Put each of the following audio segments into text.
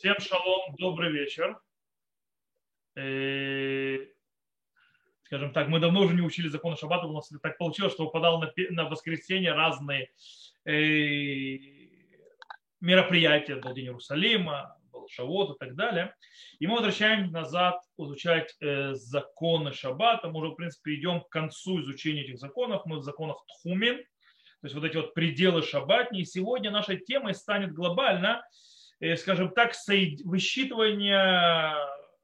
Всем шалом, добрый вечер. Э, Скажем так, мы давно уже не учили законы шаббата, у нас так получилось, что выпадало на воскресенье разные э, мероприятия, был День Иерусалима, был Шавот и так далее. И мы возвращаемся назад изучать законы шаббата. Мы уже, в принципе, идем к концу изучения этих законов. Мы в законах Тхумин, то есть вот эти вот пределы шаббатни. И сегодня нашей темой станет глобально, скажем так, высчитывание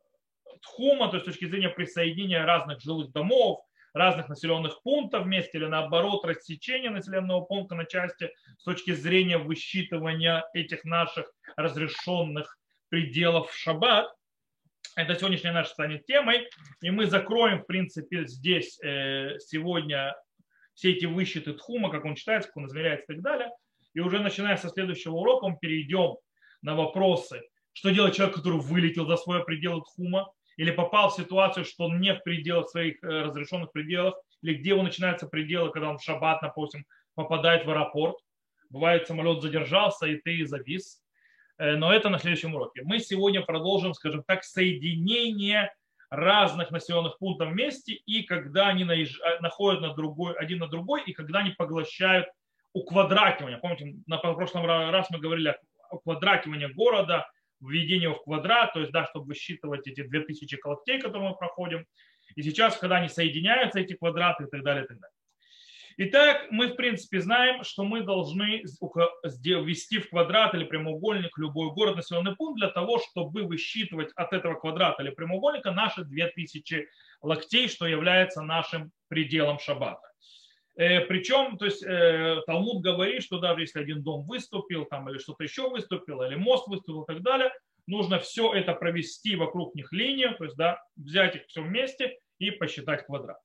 тхума, то есть с точки зрения присоединения разных жилых домов, разных населенных пунктов вместе или наоборот рассечения населенного пункта на части с точки зрения высчитывания этих наших разрешенных пределов в шаббат. Это сегодняшняя наша станет темой, и мы закроем, в принципе, здесь сегодня все эти высчеты тхума, как он читается, как он измеряется и так далее. И уже начиная со следующего урока мы перейдем на вопросы, что делать человек, который вылетел за свой предел тхума, или попал в ситуацию, что он не в пределах своих разрешенных пределах, или где его начинаются пределы, когда он в шаббат, допустим, попадает в аэропорт. Бывает, самолет задержался, и ты завис. Но это на следующем уроке. Мы сегодня продолжим, скажем так, соединение разных населенных пунктов вместе, и когда они находят один на другой, и когда они поглощают уквадракивание. Помните, на прошлом раз мы говорили о квадракивании города, введение его в квадрат, то есть, да, чтобы высчитывать эти 2000 локтей, которые мы проходим. И сейчас, когда они соединяются, эти квадраты и так далее, и так далее. Итак, мы, в принципе, знаем, что мы должны ввести в квадрат или прямоугольник любой город, населенный пункт, для того, чтобы высчитывать от этого квадрата или прямоугольника наши 2000 локтей, что является нашим пределом шаббата. Причем, то есть Талмуд говорит, что даже если один дом выступил, там, или что-то еще выступило, или мост выступил и так далее, нужно все это провести вокруг них линию, то есть, да, взять их все вместе и посчитать квадрат.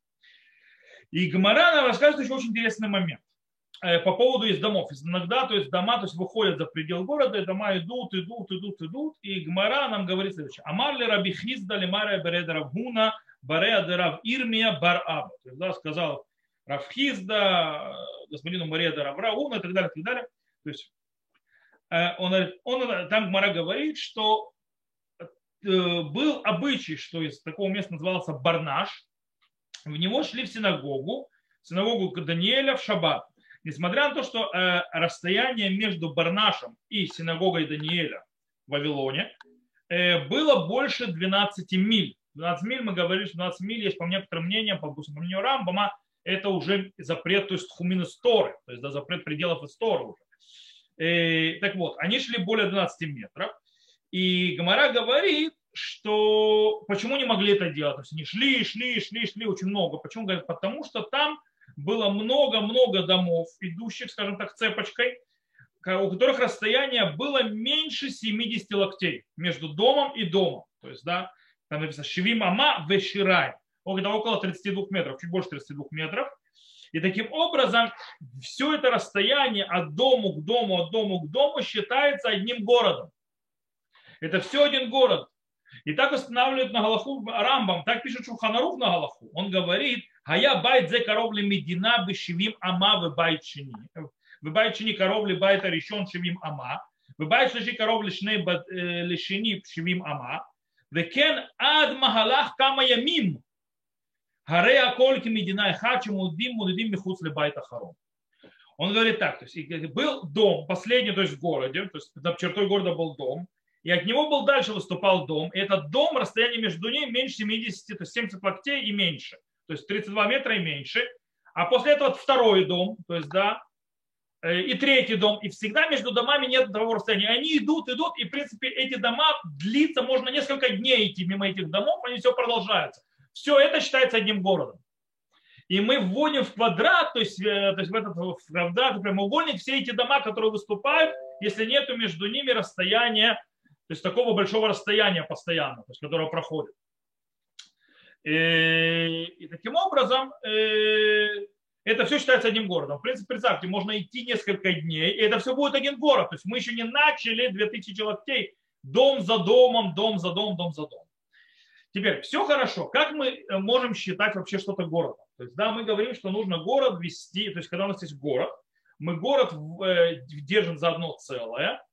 И Гемара нам рассказывает еще очень интересный момент по поводу из домов. Иногда, то есть дома, то есть выходят за предел города, и дома идут, и Гемара нам говорит следующее. Амар ли раби Хизда ли Мария Береда Равгуна Бареа де Рав Ирмия Бар Аба. То есть, да, сказал Рав Хизда, господину Мареда Раврауна и так далее, и так далее. То есть там Гемара говорит, что был обычай, что из такого места назывался Барнаш, в него шли в синагогу Даниэля в шаббат. Несмотря на то, что расстояние между Барнашем и синагогой Даниэля в Вавилоне было больше 12 миль. 12 миль, мы говорили, что 12 миль есть, по некоторым мнениям, по мнению Рамбама, это уже запрет, то есть тхумин из Торы, то есть, да, запрет пределов из Торы уже. Так вот, они шли более 12 метров. И Гемара говорит, что почему не могли это делать? То есть они шли очень много. Почему? Говорят, потому что там было много-много домов, идущих, скажем так, цепочкой, у которых расстояние было меньше 70 локтей между домом и домом. То есть, да, там написано «Шивим ама веширай». Около 32 метров, чуть больше 32 метров. И таким образом все это расстояние от дому к дому считается одним городом. Это все один город. И так устанавливают на Галаху Рамбам, так пишет Шулхан Арух на Галаху. Он говорит, «Хая байт зе коровли медина бешивим ама в байт шини». В байт шини коровли байта решен шивим ама. В байт шлиши коровли шней лишини шивим ама. Векен ад махалах кама ямим. Харе акольки медина и хачи мудим михуц ли байта харом. Он говорит так, то есть был дом, последний, то есть в городе, то есть за чертой города был дом, и от него был дальше выступал дом. И этот дом, расстояние между ним меньше 70, то есть 70 локтей и меньше. То есть 32 метра и меньше. А после этого второй дом, то есть, да, и третий дом. И всегда между домами нет того расстояния. Они идут, и в принципе эти дома длится, можно несколько дней идти мимо этих домов, они все продолжаются. Все это считается одним городом. И мы вводим в квадрат, то есть в этот квадрат, прямоугольник, все эти дома, которые выступают, если нет между ними расстояния, то есть такого большого расстояния постоянно, то есть, которое проходит. И таким образом это все считается одним городом. В принципе, представьте, можно идти несколько дней, и это все будет один город. То есть мы еще не начали 2000 локтей, дом за домом, дом за домом, дом за домом. Теперь, все хорошо. Как мы можем считать вообще что-то городом? То есть, да, мы говорим, что нужно город вести, то есть, когда у нас есть город, мы город держим за одно целое,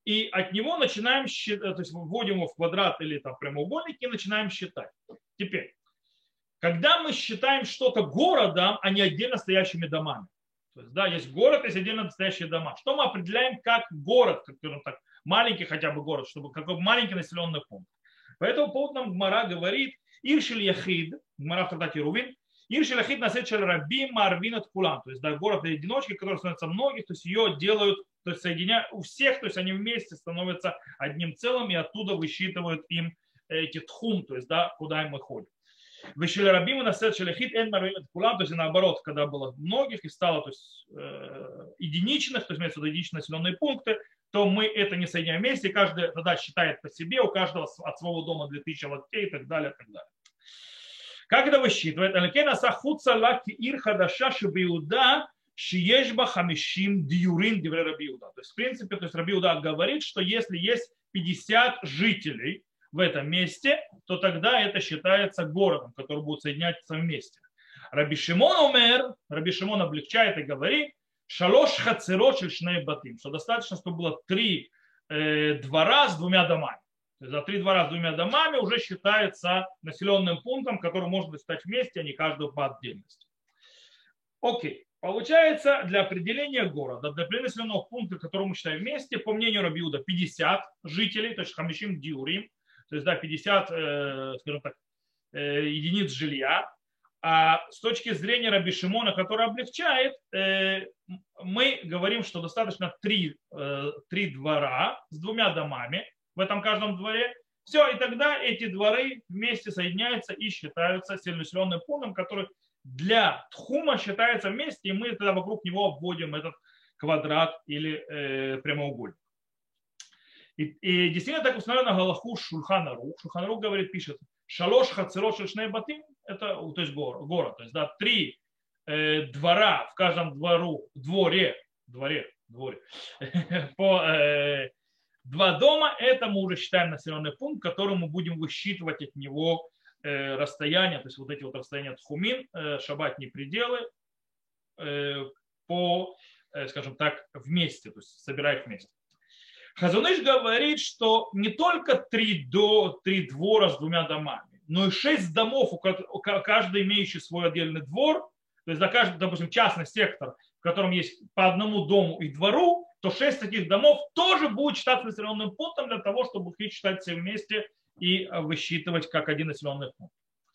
и от него начинаем считать, то есть вводим его в квадрат или там прямоугольник и начинаем считать. Теперь, когда мы считаем что-то городом, а не отдельно стоящими домами. То есть, да, есть город, есть отдельно стоящие дома. Что мы определяем как город, как, скажем так, маленький хотя бы город, чтобы какой маленький населенный пункт. По этому поводу нам Гмара говорит, Иршиль Яхид, Гмара в трактате Рувин, Иршиль Яхид насечель Раби Марвин от Кулан. То есть, да, город одиночки, который становится многих, то есть ее делают, то есть соединяют у всех, то есть они вместе становятся одним целым и оттуда высчитывают им эти тхум, то есть, да, куда мы ходим. Вышли рабиму на сет шелехит эн марвин кулам, то есть наоборот, когда было многих и стало, то есть единичных, то есть имеется в виду единичные населенные пункты, то мы это не соединяем вместе, каждый тогда считает по себе, у каждого от своего дома 2000 локтей и так далее, и так далее. Как это высчитывает? Алькена сахуца лаки ир хадаша шибиуда шиешба хамишим диюрин дивре рабиуда. То есть в принципе, то есть Рабиуда говорит, что если есть 50 жителей в этом месте, то тогда это считается городом, который будет соединяться вместе. Раби Шимон умер, Раби Шимон облегчает и говорит, шалош хацерот шельшней батим, что достаточно, чтобы было 3 двора с 2 домами. То есть за 3 двора с 2 домами уже считается населенным пунктом, который можно считать вместе, а не каждый по отдельности. Окей. Получается, для определения города, для определения населенного пункта, который мы считаем вместе, по мнению Раби Иуда, 50 жителей, то есть хамишим диурим, то есть, да, 50, скажем так, единиц жилья. А с точки зрения Раби Шимона, который облегчает, мы говорим, что достаточно 3 двора с 2 домами в этом каждом дворе. Все, и тогда эти дворы вместе соединяются и считаются населенным пунктом, который для тхума считается вместе, и мы тогда вокруг него обводим этот квадрат или прямоугольник. И действительно так установлено Галаху Шульхан Арух. Шульхан Арух говорит, пишет, шалош хацерот шельшней батим, это то есть город, то есть да, 3 двора в каждом дворе по 2 дома, это мы уже считаем населенный пункт, который мы будем высчитывать от него расстояние, то есть вот эти вот расстояния тхумин, шабатные пределы по, скажем так, вместе, то есть собирая их вместе. Хазон Иш говорит, что не только 3 двора с 2 домами, но и 6 домов, у каждого имеющий свой отдельный двор, то есть за каждый, допустим, частный сектор, в котором есть по 1 дому и двору, то 6 таких домов тоже будут считаться населенным пунктом для того, чтобы их считать все вместе и высчитывать как один населенный пункт.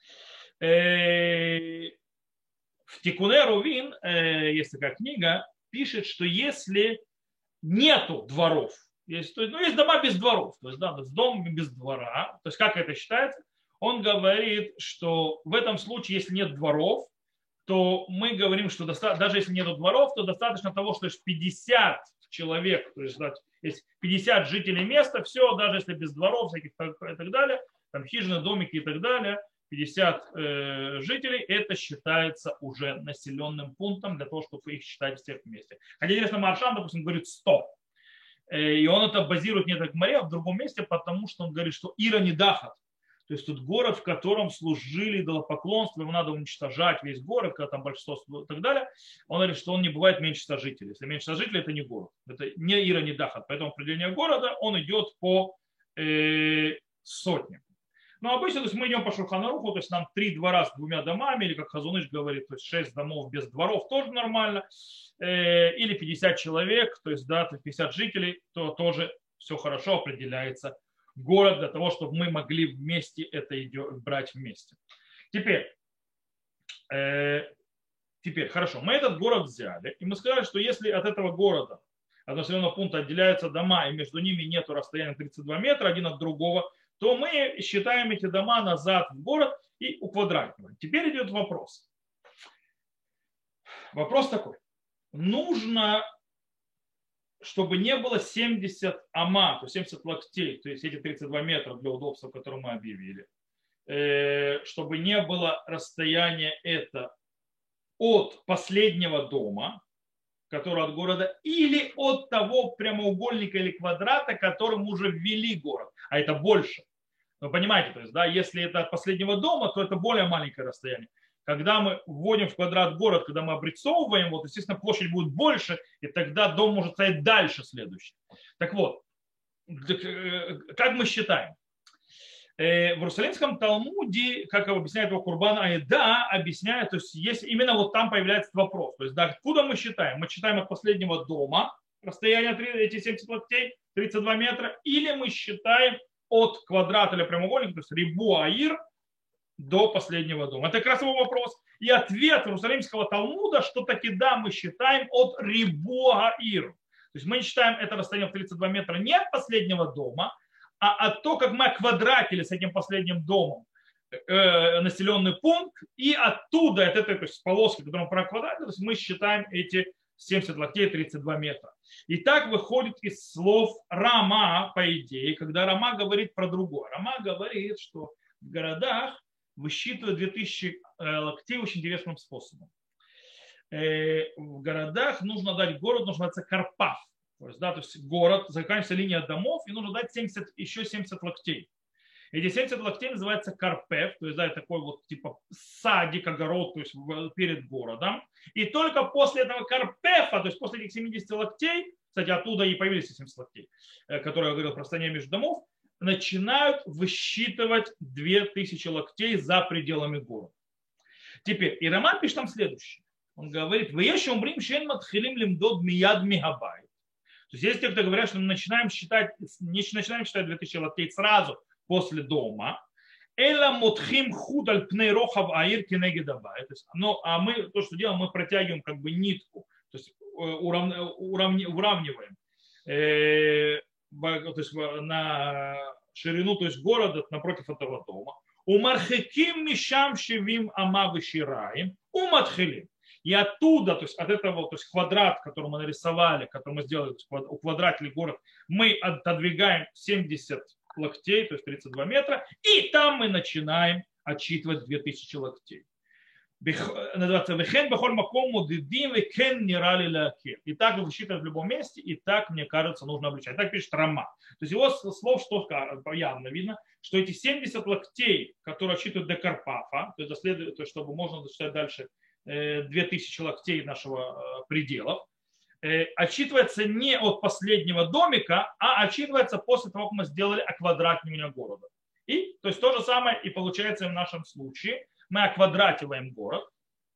В Тикуне Рувин, есть такая книга, пишет, что если нету дворов, есть дома без дворов, то есть да, дом без двора, то есть как это считается, он говорит, что в этом случае, если нет дворов, то мы говорим, что даже если нет дворов, то достаточно того, что есть 50 человек, то есть есть 50 жителей места, все, даже если без дворов всяких и так далее, там хижины, домики и так далее, 50 жителей, это считается уже населенным пунктом для того, чтобы их считать всех вместе. Хотя интересно, Маршан, допустим, говорит 100. И он это базирует не так в море, а в другом месте, потому что он говорит, что Ира не дахат. То есть тут город, в котором служили идолопоклонство, его надо уничтожать, весь город, когда там большинство и так далее. Он говорит, что он не бывает меньше 100 жителей. Если меньше 100 жителей, это не город. Это не Ира не дахат. Поэтому определение города, он идет по сотням. Но обычно то есть мы идем по Шулхан Аруху, то есть нам 3 двора с 2 домами, или как Хазон Иш говорит, то есть 6 домов без дворов тоже нормально, или 50 человек, то есть да, 50 жителей, то тоже все хорошо определяется город для того, чтобы мы могли вместе это брать вместе. Теперь, хорошо, мы этот город взяли, и мы сказали, что если от этого города, от населенного пункта отделяются дома, и между ними нет расстояния 32 метра один от другого, то мы считаем эти дома назад в город и уквадративаем. Теперь идет вопрос. Вопрос такой. Нужно, чтобы не было 70 ама, то есть 70 локтей, то есть эти 32 метра для удобства, которые мы объявили, чтобы не было расстояния это от последнего дома, который от города, или от того прямоугольника или квадрата, которым уже ввели город, а это больше. Вы понимаете, то есть, да, если это от последнего дома, то это более маленькое расстояние. Когда мы вводим в квадрат город, когда мы обрисовываем, вот, естественно, площадь будет больше, и тогда дом может стоять дальше следующий. Так вот, как мы считаем? В Иерусалимском Талмуде, как объясняет его Курбан Айда, объясняет, то есть если именно вот там появляется вопрос, то есть да, откуда мы считаем? Мы считаем от последнего дома, расстояние эти 70 локтей, 32 метра, или мы считаем от квадрата или прямоугольника, то есть рибу аир, до последнего дома. Это как раз его вопрос. И ответ Иерусалимского Талмуда, что таки да, мы считаем от рибу аир. То есть мы считаем это расстояние в 32 метра не от последнего дома, а то, как мы оквадратили с этим последним домом населенный пункт, и оттуда, от этой то есть, полоски, которую мы проквадратили, мы считаем эти 70 локтей 32 метра. И так выходит из слов Рама, по идее, когда Рама говорит про другое. Рама говорит, что в городах высчитывают 2000 локтей очень интересным способом. В городах нужно дать город, нужно называться Карпав. То есть, да, то есть город, заканчивается линия домов, и нужно дать 70, еще 70 локтей. Эти 70 локтей называется карпев, то есть да, такой вот типа садик, огород, то есть перед городом. И только после этого карпефа, то есть после этих 70 локтей, кстати, оттуда и появились 70 локтей, которые я говорил про расстояние между домов, начинают высчитывать 2000 локтей за пределами города. Теперь, и Раман пишет там следующее. Он говорит, вы еще умрим шен матхилим лимдод мияд мигабай. То есть есть те, кто говорят, что мы начинаем считать, не начинаем считать 2000 локтей сразу после дома, эла мотхим худаль пнейрохав аир кинегидабай. Ну, а мы то, что делаем, мы протягиваем как бы нитку, то есть уравниваем, то есть на ширину, то есть города напротив этого дома. У мархеким мишам шевим амавы шираем, у матхилим. И оттуда, то есть от этого, то есть квадрат, который мы нарисовали, который мы сделали, уквадратили город, мы отодвигаем 70 локтей, то есть 32 метра, и там мы начинаем отсчитывать 2000 локтей. Называется «Вехен бехоль макому дидим векен нирали лакер». И так высчитывать в любом месте, и так, мне кажется, нужно обличать. Так пишет Рама. То есть его слов, что явно видно, что эти 70 локтей, которые отсчитывают до Карпафа, то есть чтобы можно досчитать дальше 2000 локтей нашего пределов, отсчитывается не от последнего домика, а отсчитывается после того, как мы сделали оквадративание города. И то есть то же самое и получается в нашем случае. Мы оквадративаем город,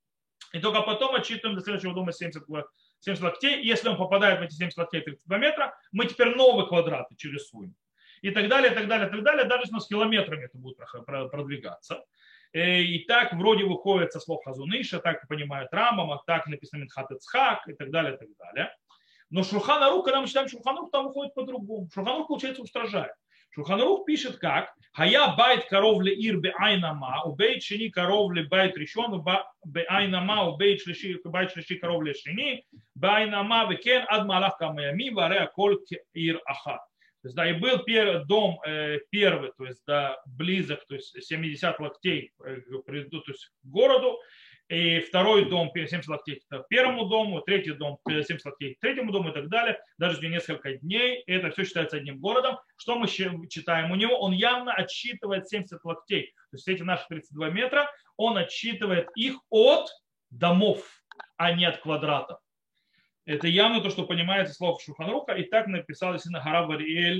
и только потом отсчитываем до следующего дома 70 локтей. Если он попадает в эти 70 локтей 32 метра, мы теперь новые квадраты рисуем. И так далее, и так далее, и так далее. Даже если у нас километрами это будет продвигаться. И так вроде выходит со слов Хазуныша, так понимают Рамбам, так написано Минхат Ицхак и так далее, и так далее. Но Шулхан Арух, когда мы читаем Шулхан Арух, там выходит по-другому. Шулхан Арух, получается, устражает. Шулхан Арух пишет как: «Хая байт коров ле ир бе айнама, у бейт шини коров ле байт решен, бе айнама, у бейт шлиши коров ле шини, бе айнама векен ад малах камаями, варе аколь ир ахат». То есть, да, и был дом первый, то есть, да, близок, то есть 70 локтей то есть, к городу, и второй дом 70 локтей к первому дому, третий дом 70 локтей к третьему дому и так далее, даже через несколько дней, и это все считается одним городом. Что мы читаем у него? Он явно отсчитывает 70 локтей, то есть эти наши 32 метра, он отсчитывает их от домов, а не от квадратов. Это явно то, что понимается слово Шулхан Аруха, и так написал действительно Гарав Ариэль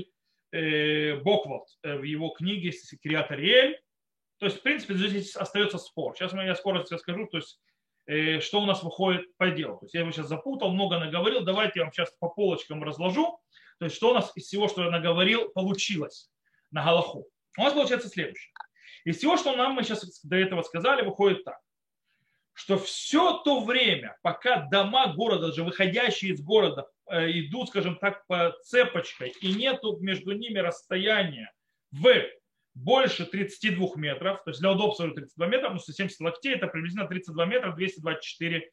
Боквалд в его книге «Криат Ариэль». То есть, в принципе, здесь остается спор. Сейчас я скоро скажу, то есть, что у нас выходит по делу. То есть, я его сейчас запутал, много наговорил. Давайте я вам сейчас по полочкам разложу. То есть, что у нас из всего, что я наговорил, получилось на Галаху. У нас получается следующее. Из всего, что мы сейчас до этого сказали, выходит так, что все то время, пока дома города, даже выходящие из города, идут, скажем так, по цепочкой, и нету между ними расстояния в больше 32 метров, то есть для удобства 32 метра, ну, 70 локтей, это приблизительно 32 метра, 224,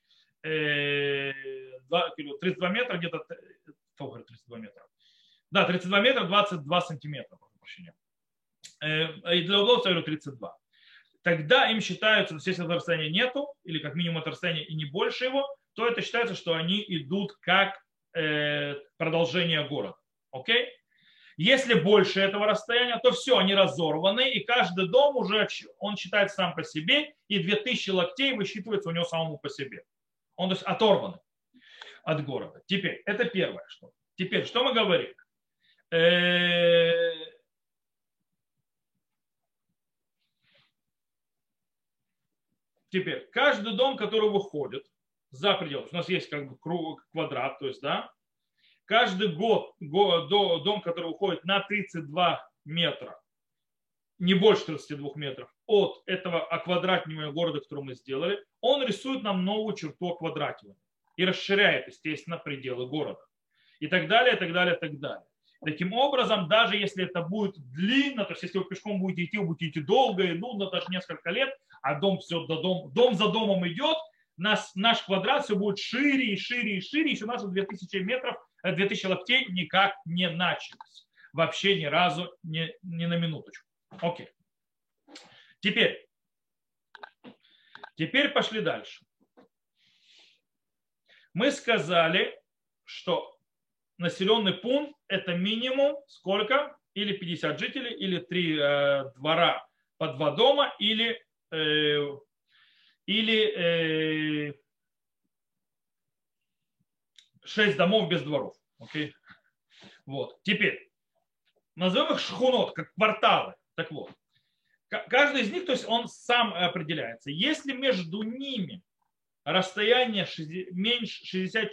32 метра, где-то, 32 метра. Да, 32 метра, 22 сантиметра, прошу прощения. И для удобства я говорю 32. Тогда им считается, если этого расстояния нету, или как минимум это расстояние и не больше его, то это считается, что они идут как продолжение города. Окей? Если больше этого расстояния, то все, они разорваны, и каждый дом уже, он считается сам по себе, и 2000 локтей высчитывается у него самому по себе. Он, то есть, оторван от города. Теперь, это первое. Что. Теперь, что мы говорим? Теперь, каждый дом, который выходит за пределы, у нас есть как бы квадрат, то есть, да, каждый дом, который уходит на 32 метра, не больше 32 метров от этого оквадратнего города, который мы сделали, он рисует нам новую черту оквадративания и расширяет, естественно, пределы города. И так далее, и так далее, и так далее. Таким образом, даже если это будет длинно, то есть если вы пешком будете идти, вы будете идти долго и нудно, даже несколько лет, а дом за домом идет, наш квадрат все будет шире и шире и шире, еще наши 2000 метров, 2000 локтей никак не начались. Вообще ни разу, ни на минуточку. Окей. Теперь пошли дальше. Мы сказали, что населенный пункт это минимум сколько? Или 50 жителей, или 3 двора по 2 дома, или 6 домов без дворов. Окей? Вот. Теперь назовем их шхунот, как кварталы. Так вот, каждый из них, то есть он сам определяется. Если между ними расстояние меньше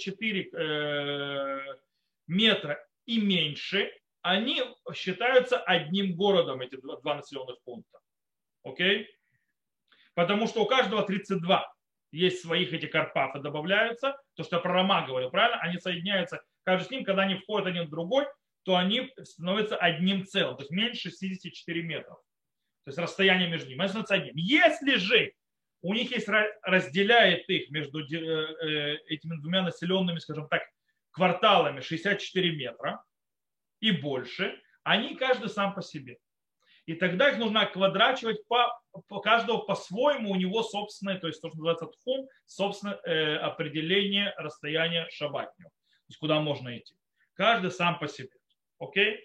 64 метра и меньше, они считаются одним городом, эти два населенных пункта. Окей? Потому что у каждого 32 есть своих эти карпафы добавляются. То, что я про Рома говорил, правильно? Они соединяются, каждый с ним, когда они входят один в другой, то они становятся одним целым. То есть меньше 64 метров. То есть расстояние между ними. Они становятся одним. Если же у них есть, разделяет их между этими двумя населенными, скажем так, кварталами 64 метра и больше, они каждый сам по себе. И тогда их нужно квадрачивать по каждого по-своему, у него собственное, то есть то, что называется тхум, собственное определение расстояния шабатнего. То есть куда можно идти. Каждый сам по себе. Окей?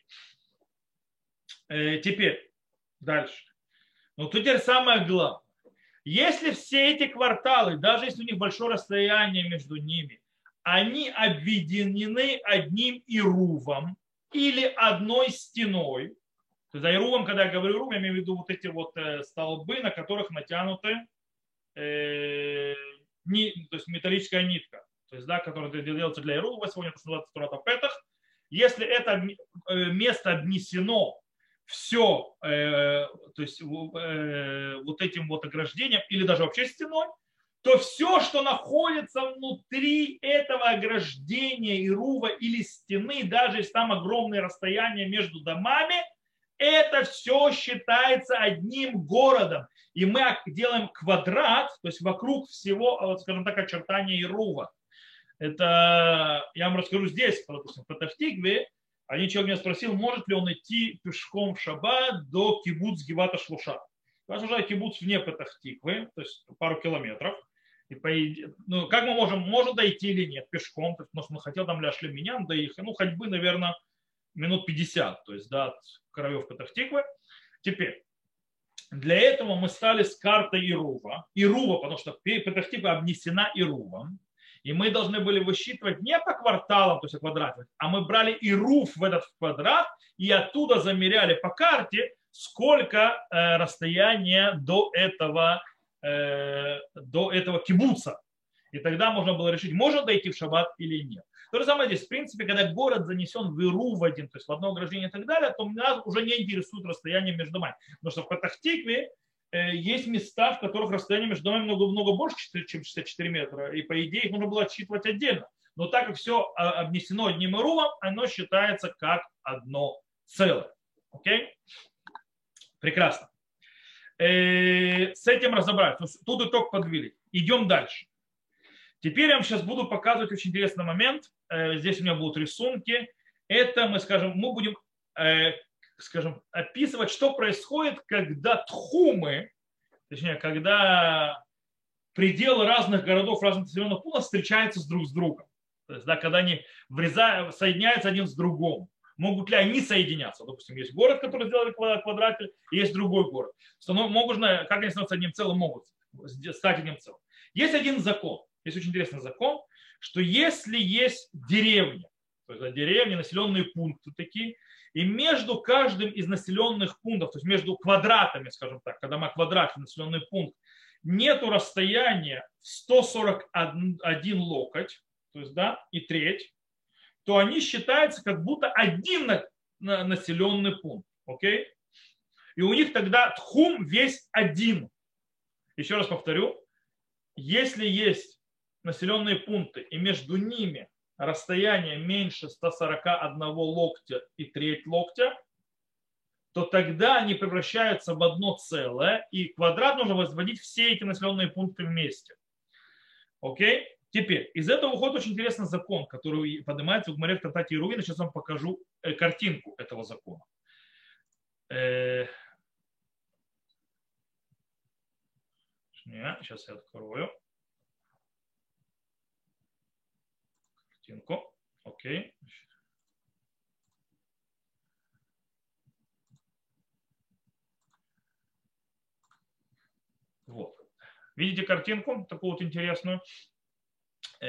Теперь, дальше. Но теперь самое главное. Если все эти кварталы, даже если у них большое расстояние между ними, они объединены одним ирувом или одной стеной, то есть за ирувом, когда я говорю ирув, я имею в виду вот эти вот столбы, на которых натянуты то есть металлическая нитка, то есть, да, которая делается для ирува, сегодня это называется турата петах. Если это место обнесено все, то есть вот этим вот ограждением или даже вообще стеной, то все, что находится внутри этого ограждения ирува или стены, даже если там огромные расстояния между домами, это все считается одним городом. И мы делаем квадрат, то есть вокруг всего, скажем так, очертания ирува. Это я вам расскажу здесь, допустим, в Петах-Тикве. Один человек меня спросил, может ли он идти пешком в шаббат до кибуц Гивата Шлуша. У нас уже кибуц вне Петах-Тиквы, то есть пару километров. И ну, как мы можем дойти или нет пешком, потому что мы хотели там ляшли меня, доехать, ну, ходьбы, наверное, минут 50, то есть, да, от краев Петах-Тиквы. Теперь, для этого мы стали с картой Ирува, потому что Петах-Тиква обнесена Ирувом. И мы должны были высчитывать не по кварталам, то есть квадратам, а мы брали ирув в этот квадрат и оттуда замеряли по карте, сколько расстояние до этого кибуца. И тогда можно было решить, можно дойти в шаббат или нет. То же самое здесь. В принципе, когда город занесен в ирув один, то есть в одно ограждение и так далее, то нас уже не интересует расстояние между домами. Потому что в Петах-Тикве есть места, в которых расстояние между домами много больше, чем 64 метра. И по идее их нужно было отсчитывать отдельно. Но так как все обнесено одним ирувом, оно считается как одно целое. Окей? Прекрасно. С этим разобрались. Тут итог подвели. Идем дальше. Теперь я вам сейчас буду показывать очень интересный момент. Здесь у меня будут рисунки. Это мы будем описывать, что происходит, когда тхумы, точнее, когда пределы разных городов, разных населенных пунктов встречаются друг с другом. То есть, да, когда они соединяются один с другим. Могут ли они соединяться? Допустим, есть город, который сделали квадратик, и есть другой город. Как они становятся одним целым, могут стать одним целым. Есть один закон, есть очень интересный закон, что если есть деревня, то есть деревни, населенные пункты такие, И между каждым из населенных пунктов, то есть между квадратами, скажем так, когда мы квадрат населенный пункт, нету расстояния в 141 локоть, то есть, да, и треть, то они считаются как будто один населенный пункт. Окей? И у них тогда тхум весь один. Еще раз повторю, если есть населенные пункты и между ними расстояние меньше 141 локтя и треть локтя, то тогда они превращаются в одно целое, и квадрат нужно возводить все эти населенные пункты вместе. Окей? Теперь, из этого выходит очень интересный закон, который поднимается в Гмаре в трактате Ирувин. Сейчас вам покажу картинку этого закона. Сейчас я открою картинку. Окей. Вот. Видите картинку такую вот интересную? В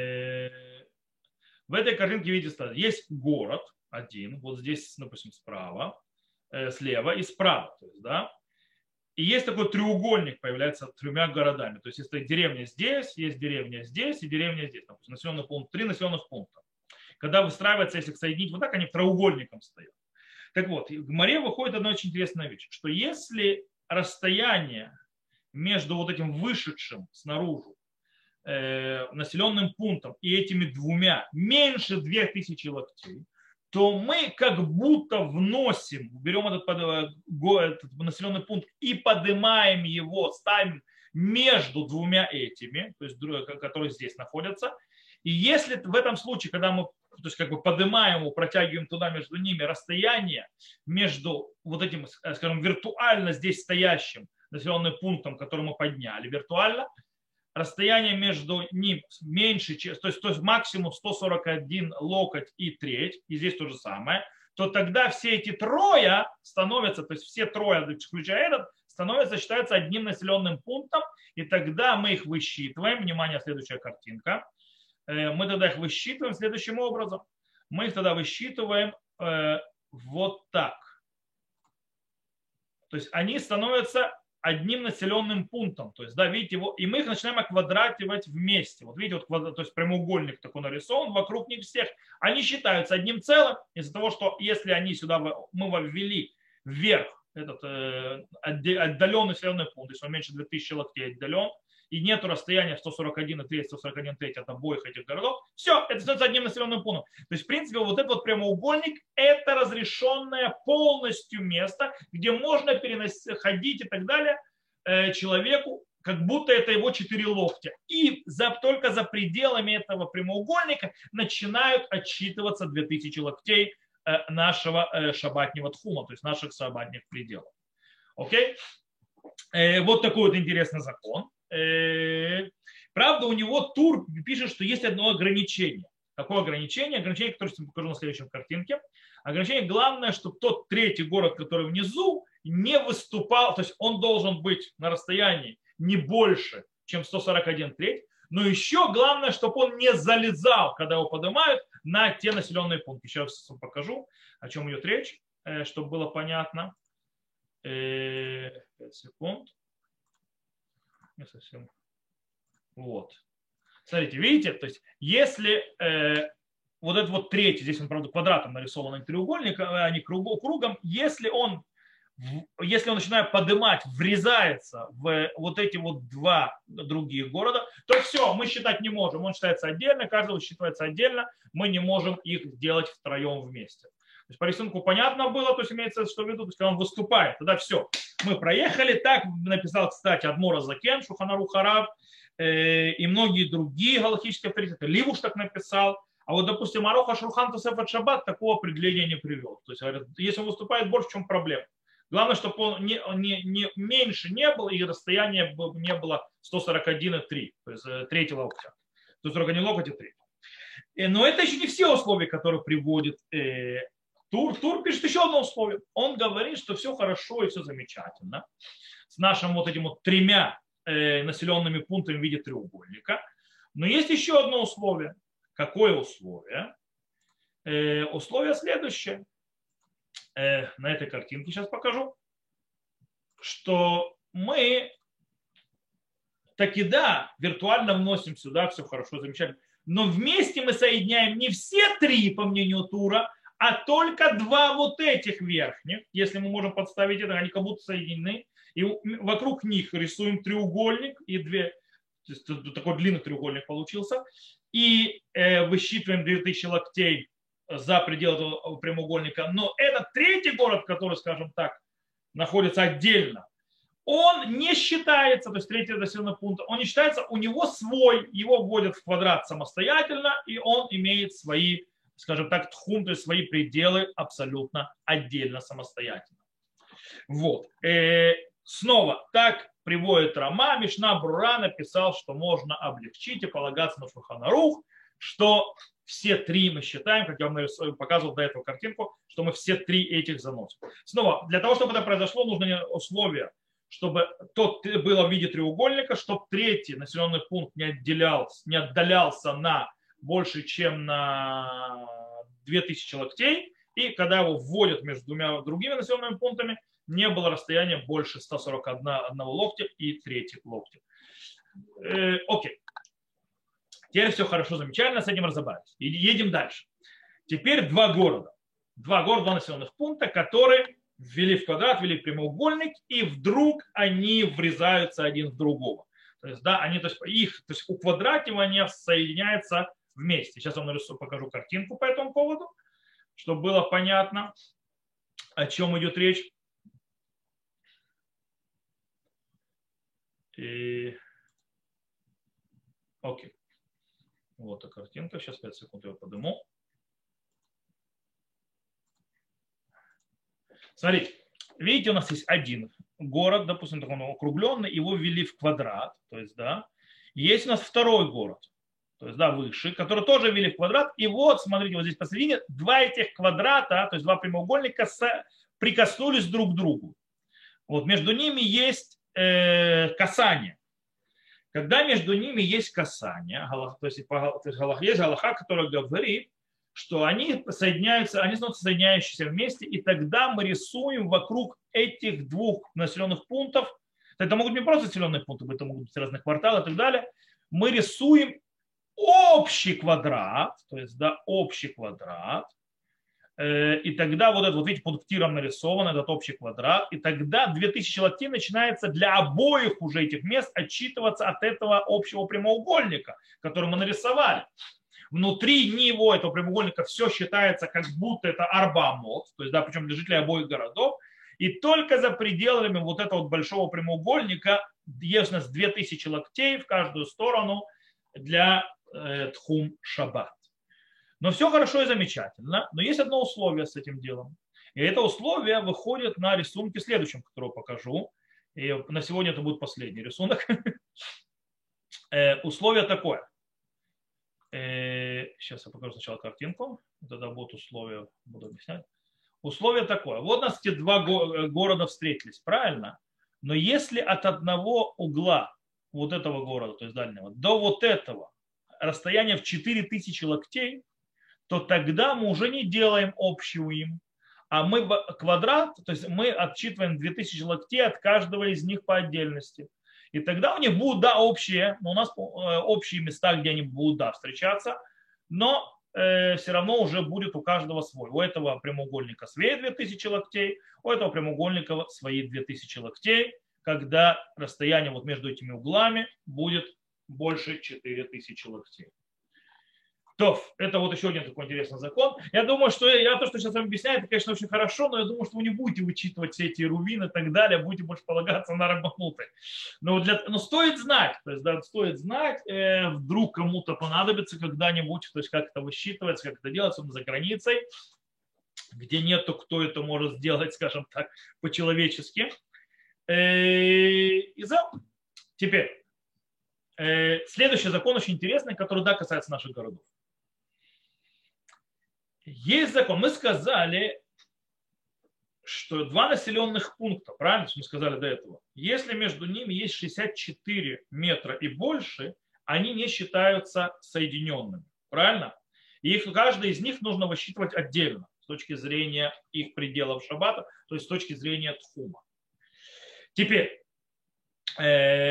этой картинке видите, есть город один, вот здесь, допустим, справа, слева и справа. То есть, да? И есть такой треугольник, появляется тремя городами. То есть, если деревня здесь, есть деревня здесь и деревня здесь. Допустим, населенный пункт, 3 населенных пункта. Когда выстраивается, если соединить вот так, они треугольником стоят. Так вот, в Гмаре выходит одна очень интересная вещь, что если расстояние между вот этим вышедшим снаружи населенным пунктом и этими двумя меньше 2000 локтей, то мы как будто вносим, берем этот населенный пункт и поднимаем его, ставим между двумя этими, то есть, которые здесь находятся. И если в этом случае, когда мы то есть, как бы поднимаем его, протягиваем туда между ними, расстояние между вот этим, скажем, виртуально здесь стоящим населенным пунктом, который мы подняли виртуально, расстояние между ним меньше, то есть максимум 141 локоть и треть, и здесь то же самое, то тогда все эти трое становятся, то есть все трое, включая этот, становятся, считаются одним населенным пунктом, и тогда мы их высчитываем. Внимание, следующая картинка. Мы тогда их высчитываем следующим образом. Мы их тогда высчитываем вот так. То есть они становятся одним населенным пунктом. То есть, да, видите, его, и мы их начинаем оквадративать вместе. Вот видите, вот, то есть прямоугольник такой нарисован, вокруг них всех. Они считаются одним целым из-за того, что если они сюда, мы ввели вверх этот отдаленный населенный пункт, если он меньше 2000 локтей отдален, и нету расстояния в 141,3, 141,3 от обоих этих городов, все, это становится одним населенным пунктом. То есть, в принципе, вот этот вот прямоугольник – это разрешенное полностью место, где можно ходить и так далее человеку, как будто это его 4 локтя. И только за пределами этого прямоугольника начинают отсчитываться 2000 локтей нашего шаббатнего тхума, то есть наших шаббатных пределов. Окей? Вот такой вот интересный закон. Правда, у него Тур пишет, что есть одно ограничение. Какое ограничение? Ограничение, которое я покажу на следующей картинке. Ограничение главное, чтобы тот третий город, который внизу, не выступал, то есть он должен быть на расстоянии не больше, чем 141 треть, но еще главное, чтобы он не залезал, когда его поднимают, на те населенные пункты. Сейчас покажу, о чем идет речь, чтобы было понятно. 5 секунд. Не совсем. Вот. Смотрите, видите, то есть если вот этот вот третий, здесь он, правда, квадратом нарисованный треугольник, а не кругом, если он начинает поднимать, врезается в вот эти вот два других города, то все, мы считать не можем. Он считается отдельно, каждый считается отдельно, мы не можем их сделать втроем вместе. То есть по рисунку понятно было, то есть имеется что в виду, то есть когда он выступает, тогда все, мы проехали. Так написал, кстати, Адмор Азакен, Шулхан Арух Харав и многие другие галахические авторитеты. Ливуш так написал. А вот, допустим, Аруха Шулхан Тосефет Шаббат такого определения не привел. То есть, говорят, если он выступает больше, в чем проблема? Главное, чтобы он не меньше не было, и расстояние не было 141,3, то есть третий локтя. 141 локоть и 3. Но это еще не все условия, которые приводит Тур. Тур пишет еще одно условие. Он говорит, что все хорошо и все замечательно с нашими вот этими вот тремя населенными пунктами в виде треугольника. Но есть еще одно условие. Какое условие? Условие следующее. на этой картинке сейчас покажу, что мы таки да, виртуально вносим сюда, все хорошо, замечательно. Но вместе мы соединяем не все три, по мнению Тура, а только два вот этих верхних. Если мы можем подставить это, они как будто соединены. И вокруг них рисуем треугольник и две, то есть такой длинный треугольник получился. И высчитываем 2000 локтей за пределы этого прямоугольника. Но этот третий город, который, скажем так, находится отдельно, он не считается, то есть третий населенный пункт, он не считается, у него свой, его вводят в квадрат самостоятельно, и он имеет свои, скажем так, тхум, то есть свои пределы абсолютно отдельно, самостоятельно. Вот. Снова, так приводит Рама, Мишна Брура написал, что можно облегчить и полагаться на Шулхан Арух, что все три мы считаем, как я вам показывал до этого картинку, что мы все три этих заносим. Снова, для того, чтобы это произошло, нужно условия, чтобы тот было в виде треугольника, чтобы третий населенный пункт не отдалялся на больше, чем на 2000 локтей, и когда его вводят между двумя другими населенными пунктами, не было расстояния больше 141 локтя и третьих локтя. Окей. Теперь все хорошо, замечательно, с этим разобрались. И едем дальше. Теперь два города. Два населенных пункта, которые ввели в квадрат, ввели в прямоугольник, и вдруг они врезаются один в другого. То есть, да, они, то есть уквадративание соединяется вместе. Сейчас я вам покажу картинку по этому поводу, чтобы было понятно, о чем идет речь. Окей. Вот эта картинка. Сейчас 5 секунд я подниму. Смотрите, видите, у нас есть один город, допустим, такой округленный, его ввели в квадрат, то есть, да, есть у нас второй город, то есть, да, выше, который тоже ввели в квадрат, и вот, смотрите, вот здесь посередине два этих квадрата, то есть два прямоугольника прикоснулись друг к другу. Вот между ними есть касание. Когда между ними есть касание, то есть есть галаха, которая говорит, что они соединяются, они становятся соединяющиеся вместе, и тогда мы рисуем вокруг этих двух населенных пунктов, это могут не просто населенные пункты, это могут быть разные кварталы и так далее, мы рисуем общий квадрат, то есть, да, общий квадрат, и тогда вот это, вот видите, пунктиром нарисован этот общий квадрат, и тогда 2000 локтей начинается для обоих уже этих мест отчитываться от этого общего прямоугольника, который мы нарисовали. Внутри него, этого прямоугольника, все считается, как будто это арбамот, то есть, да, причем для жителей обоих городов. И только за пределами вот этого вот большого прямоугольника есть у нас 2000 локтей в каждую сторону для тхум шаббат. Но все хорошо и замечательно, но есть одно условие с этим делом. И это условие выходит на рисунке следующем, который я покажу. И на сегодня это будет последний рисунок. Условие такое. Сейчас я покажу сначала картинку, тогда будут условия, буду объяснять. Условие такое. Вот у нас эти два города встретились, правильно? Но если от одного угла вот этого города, то есть дальнего, до вот этого расстояние в 4000 локтей, то тогда мы уже не делаем общую им, а мы квадрат, то есть мы отсчитываем 2000 локтей от каждого из них по отдельности. И тогда у них будут, да, общие, но у нас общие места, где они будут, да, встречаться, но все равно уже будет у каждого свой. У этого прямоугольника свои 2000 локтей, у этого прямоугольника свои 2000 локтей, когда расстояние вот между этими углами будет больше 4000 локтей. То, это вот еще один такой интересный закон. Я думаю, что то, что сейчас вам объясняю, это, конечно, очень хорошо, но я думаю, что вы не будете вычитывать все эти рувины и так далее, будете больше полагаться на рабануты. Но стоит знать, то есть, да, стоит знать, вдруг кому-то понадобится когда-нибудь, то есть как это высчитывается, как это делается за границей, где нету, кто это может сделать, скажем так, по-человечески. Теперь, следующий закон очень интересный, который, да, касается наших городов. Есть закон. Мы сказали, что два населенных пункта, правильно, мы сказали до этого, если между ними есть 64 метра и больше, они не считаются соединенными, правильно? И каждый из них нужно высчитывать отдельно. с точки зрения их пределов шаббата, то есть с точки зрения тхума. Теперь, по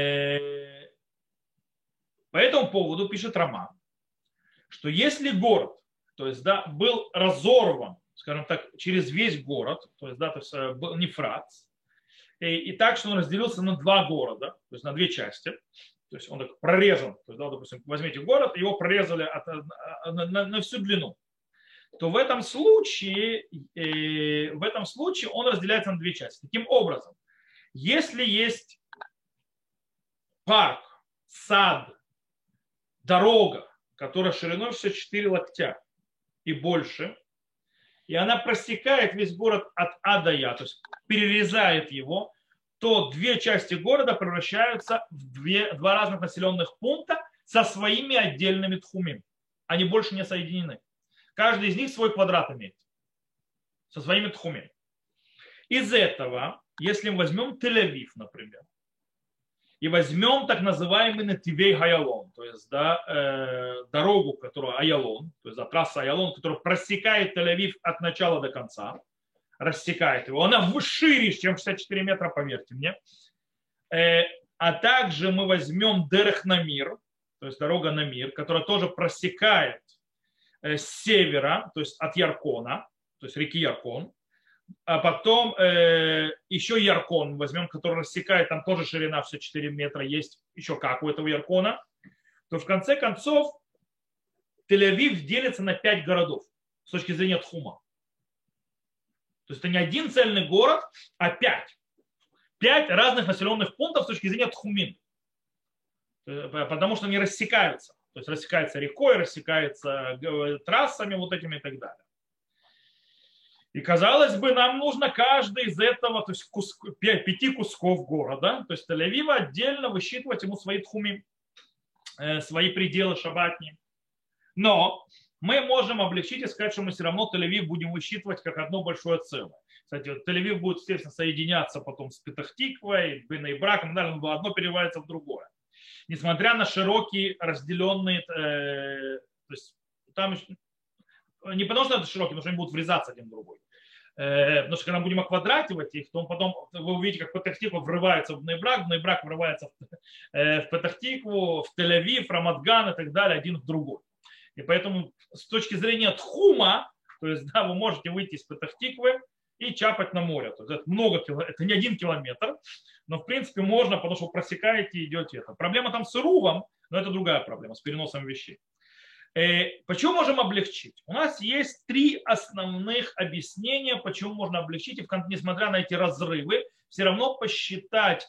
этому поводу пишет Раман, что если город, то есть, да, был разорван, скажем так, через весь город, то есть, да, то есть, был нефрат, и так, что он разделился на два города, то есть на две части, то есть он так прорезан, то есть, да, допустим, возьмите город, его прорезали на всю длину, то в этом случае он разделяется на две части. Таким образом, если есть парк, сад, дорога, которая шириной все 4 локтя и больше, и она просекает весь город от А до Я, то есть перерезает его, то две части города превращаются в два разных населенных пункта со своими отдельными тхумим. Они больше не соединены. Каждый из них свой квадрат имеет со своими тхумим. Из этого, если мы возьмем Тель-Авив, например, и возьмем так называемый Нативей Айалон, то есть, да, дорогу, которую Айалон, то есть, да, трасса Айалон, которая просекает Тель-Авив от начала до конца, рассекает его, она шире, чем 64 метра, поверьте мне. А также мы возьмем Дерех на мир, то есть дорога на мир, которая тоже просекает с севера, то есть от Яркона, то есть реки Яркон, а потом еще Яркон возьмем, который рассекает, там тоже ширина все 4 метра есть, еще как у этого Яркона, то в конце концов Тель-Авив делится на 5 городов с точки зрения Тхума. То есть это не один цельный город, а 5. 5 разных населенных пунктов с точки зрения Тхумин. Потому что они рассекаются. То есть рассекается рекой, рассекается трассами вот этими и так далее. И казалось бы, нам нужно каждый из этого, то есть 5 кусков города, то есть Тель-Авива отдельно высчитывать ему свои тхуми, свои пределы шаббатни. Но мы можем облегчить и сказать, что мы все равно Тель-Авив будем высчитывать как одно большое целое. Кстати, Тель-Авив будет, естественно, соединяться потом с Петах-Тиквой, Бней-Браком, одно переливается в другое. Несмотря на широкие разделенные, то есть там не потому что это широкие, потому что они будут врезаться один в другой. Потому что когда мы будем оквадративать их, то потом вы увидите, как Петах-Тиква врывается в Бней-Брак врывается в Петах-Тикву, в Тель-Авив, Рамат-Ган и так далее, один в другой. И поэтому с точки зрения тхума, то есть да, вы можете выйти из Петах-Тиквы и чапать на море. То есть это много это не 1 километр, но в принципе можно, потому что вы просекаете и идете это. Проблема там с Ирувом, но это другая проблема, с переносом вещей. Почему можем облегчить? У нас есть 3 основных объяснения, почему можно облегчить, и несмотря на эти разрывы, все равно посчитать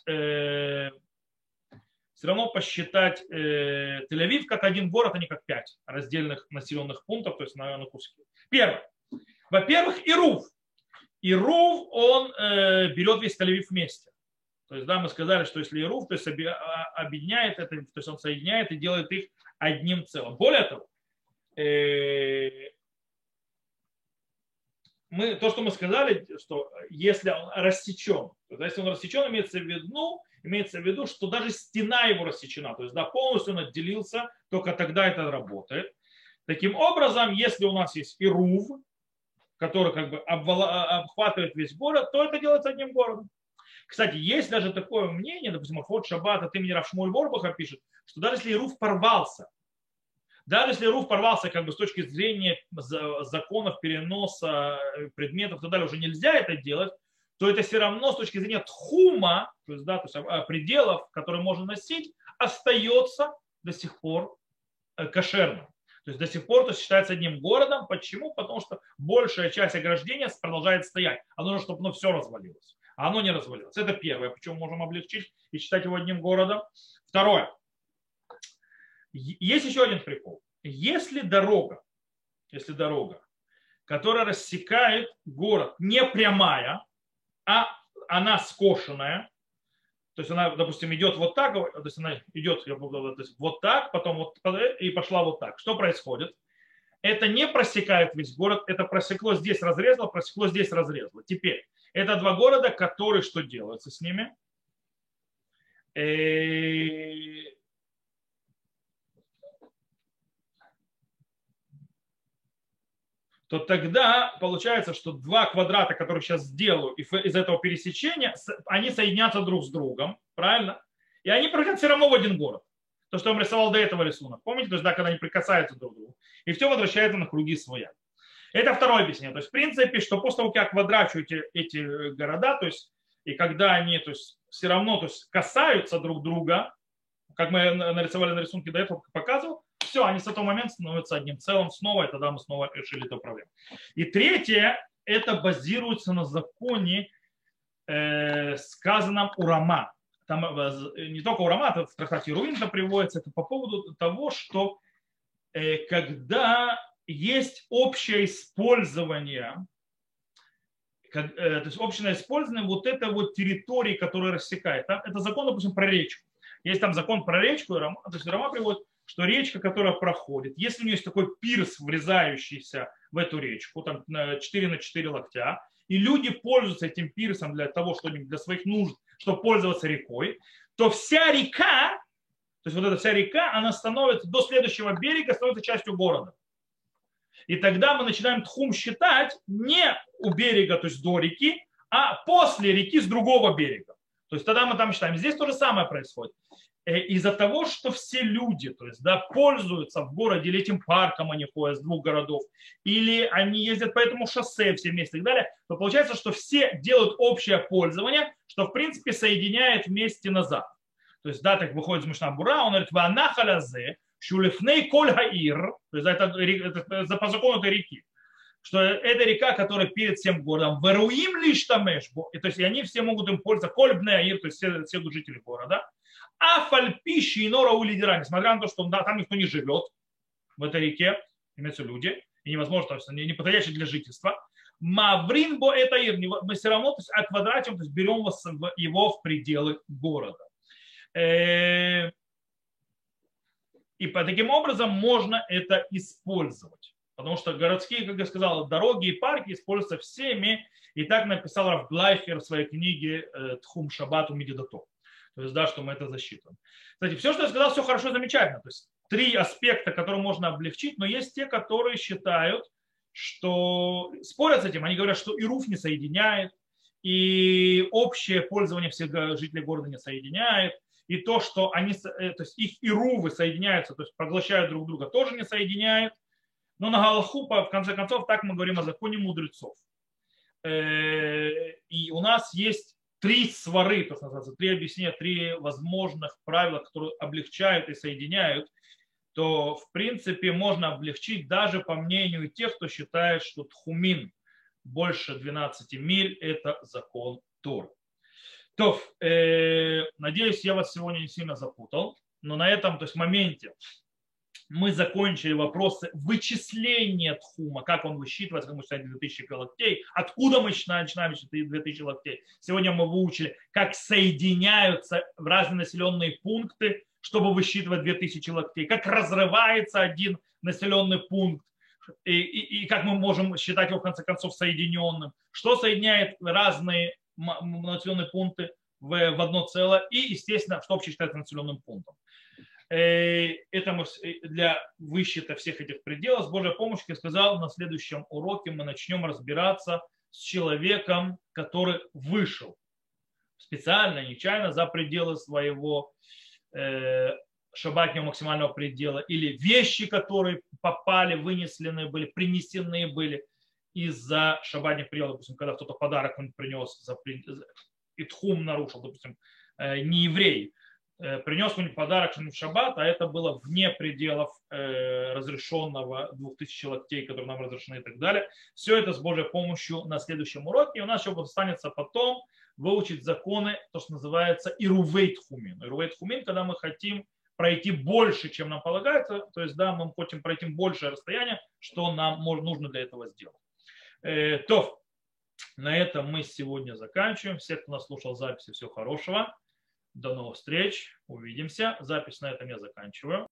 Тель-Авив как один город, а не как 5 раздельных населенных пунктов, то есть на куски. Первое. Во-первых, Ирув. Ирув, он берет весь Тель-Авив вместе. То есть, да, мы сказали, что если Ирув, то есть объединяет это, то есть он соединяет и делает их одним целым. Более того, то, что мы сказали, что если он рассечен, то если он рассечен, имеется в виду, что даже стена его рассечена, то есть да, полностью он отделился, только тогда это работает. Таким образом, если у нас есть Ирув, который как бы обхватывает весь город, то это делается одним городом. Кстати, есть даже такое мнение, допустим, Ахот Шаббат от имени Рав Шмуэль Ворбаха пишет, что даже если Ирув порвался, как бы с точки зрения законов переноса предметов и так далее, уже нельзя это делать, то это все равно с точки зрения тхума, то есть, да, то есть пределов, которые можно носить, остается до сих пор кошерным. То есть до сих пор это считается одним городом. Почему? Потому что большая часть ограждения продолжает стоять. А нужно, чтобы оно все развалилось. А оно не развалилось. Это первое, почему можем облегчить и считать его одним городом. Второе. Есть еще один прикол. Если дорога, которая рассекает город, не прямая, а она скошенная, то есть она, допустим, идет вот так, то есть она идет вот так, потом вот и пошла вот так. Что происходит? Это не просекает весь город, это просекло здесь, разрезало, просекло здесь, разрезало. Теперь, это 2 города, которые что делаются с ними? то тогда получается, что два квадрата, которые сейчас сделаю, из этого пересечения, они соединятся друг с другом, правильно? И они превратят все равно в один город. То, что я вам рисовал до этого рисунок. Помните, то есть, да, когда они прикасаются друг к другу. И все возвращается на круги своя. Это второе объяснение. То есть, в принципе, что после того, как я квадрачу эти города, то есть, и когда они, то есть, все равно, то есть, касаются друг друга, как мы нарисовали на рисунке до этого, показывал, все, они с этого момента становятся одним целым снова, и тогда мы снова решили эту проблему. И третье, это базируется на законе, сказанном у Рама. Там не только у Рама, это в трактате Руин это приводится, это по поводу того, что когда есть общее использование, то есть общее использование вот этой вот территории, которая рассекает. Это закон, допустим, про речку. Есть там закон про речку, то есть Рама приводит, что речка, которая проходит, если у нее есть такой пирс, врезающийся в эту речку, там 4 на 4 локтя, и люди пользуются этим пирсом для того, чтобы для своих нужд, чтобы пользоваться рекой, то вся река, то есть вот эта вся река, она становится до следующего берега, становится частью города. И тогда мы начинаем тхум считать не у берега, то есть до реки, а после реки с другого берега. То есть тогда мы там считаем. Здесь то же самое происходит. Из-за того, что все люди, то есть, да, пользуются в городе или этим парком, они ходят с двух городов, или они ездят по этому шоссе все вместе и так далее, то получается, что все делают общее пользование, что в принципе соединяет вместе назад. То есть, да, так выходит из Мишна Бура, он говорит, «Вана халязе, шулифней коль хаир», то есть это по закону этой реки, что это река, которая перед всем городом, «Веруим лишь тамеш», то есть они все могут им пользоваться, «Коль бне аир», то есть все жители города, а фальпищи и нора у лидера, несмотря на то, что да, там никто не живет в этой реке, имеются люди, и невозможно, то есть не подходящие для жительства. Мавринбо это ир, мы все равно, то есть оквадратим, то есть берем его в пределы города. И по таким образом можно это использовать. Потому что городские, как я сказал, дороги и парки используются всеми. И так написал Рав Глайфер в своей книге «Тхум Шаббату Медидато». То есть, да, что мы это засчитываем. Кстати, все, что я сказал, все хорошо, замечательно. То есть, три аспекта, которые можно облегчить, но есть те, которые считают, что спорят с этим. Они говорят, что Ируф не соединяет, и общее пользование всех жителей города не соединяет, и то, что они, то есть их ирувы соединяются, то есть поглощают друг друга, тоже не соединяет. Но на Галаху, в конце концов, так мы говорим о законе мудрецов. И у нас есть три свары, то есть называется, три объяснения, три возможных правила, которые облегчают и соединяют, то в принципе можно облегчить даже по мнению тех, кто считает, что тхумин больше 12 миль – это закон Торы. То, надеюсь, я вас сегодня не сильно запутал, но на этом, то есть моменте, мы закончили вопросы вычисления тхума, как он высчитывается, как мы считаем 2000 локтей, откуда мы начинаем считать 2000 локтей. Сегодня мы выучили, как соединяются в разные населенные пункты, чтобы высчитывать 2000 локтей, как разрывается один населенный пункт, и как мы можем считать его в конце концов соединенным, что соединяет разные населенные пункты в одно целое, и, естественно, что вообще считается населенным пунктом. Это мы для высчета всех этих пределов с Божьей помощью, как я сказал, на следующем уроке мы начнем разбираться с человеком, который вышел специально, нечаянно за пределы своего шаббатного максимального предела, или вещи, которые попали, вынесены были, принесены были из-за шаббатных пределов, допустим, когда кто-то подарок он принес, и тхум нарушил, допустим, не еврей, принес какой-нибудь подарок в шаббат, а это было вне пределов разрешенного 2000 локтей, которые нам разрешены и так далее. Все это с Божьей помощью на следующем уроке. И у нас еще останется потом выучить законы, то, что называется ирувей тхумин. Ирувей тхумин, когда мы хотим пройти больше, чем нам полагается, то есть, да, мы хотим пройти большее расстояние, что нам нужно для этого сделать. То, на этом мы сегодня заканчиваем. Всех, кто нас слушал записи, всего хорошего. До новых встреч. Увидимся. Запись на этом я заканчиваю.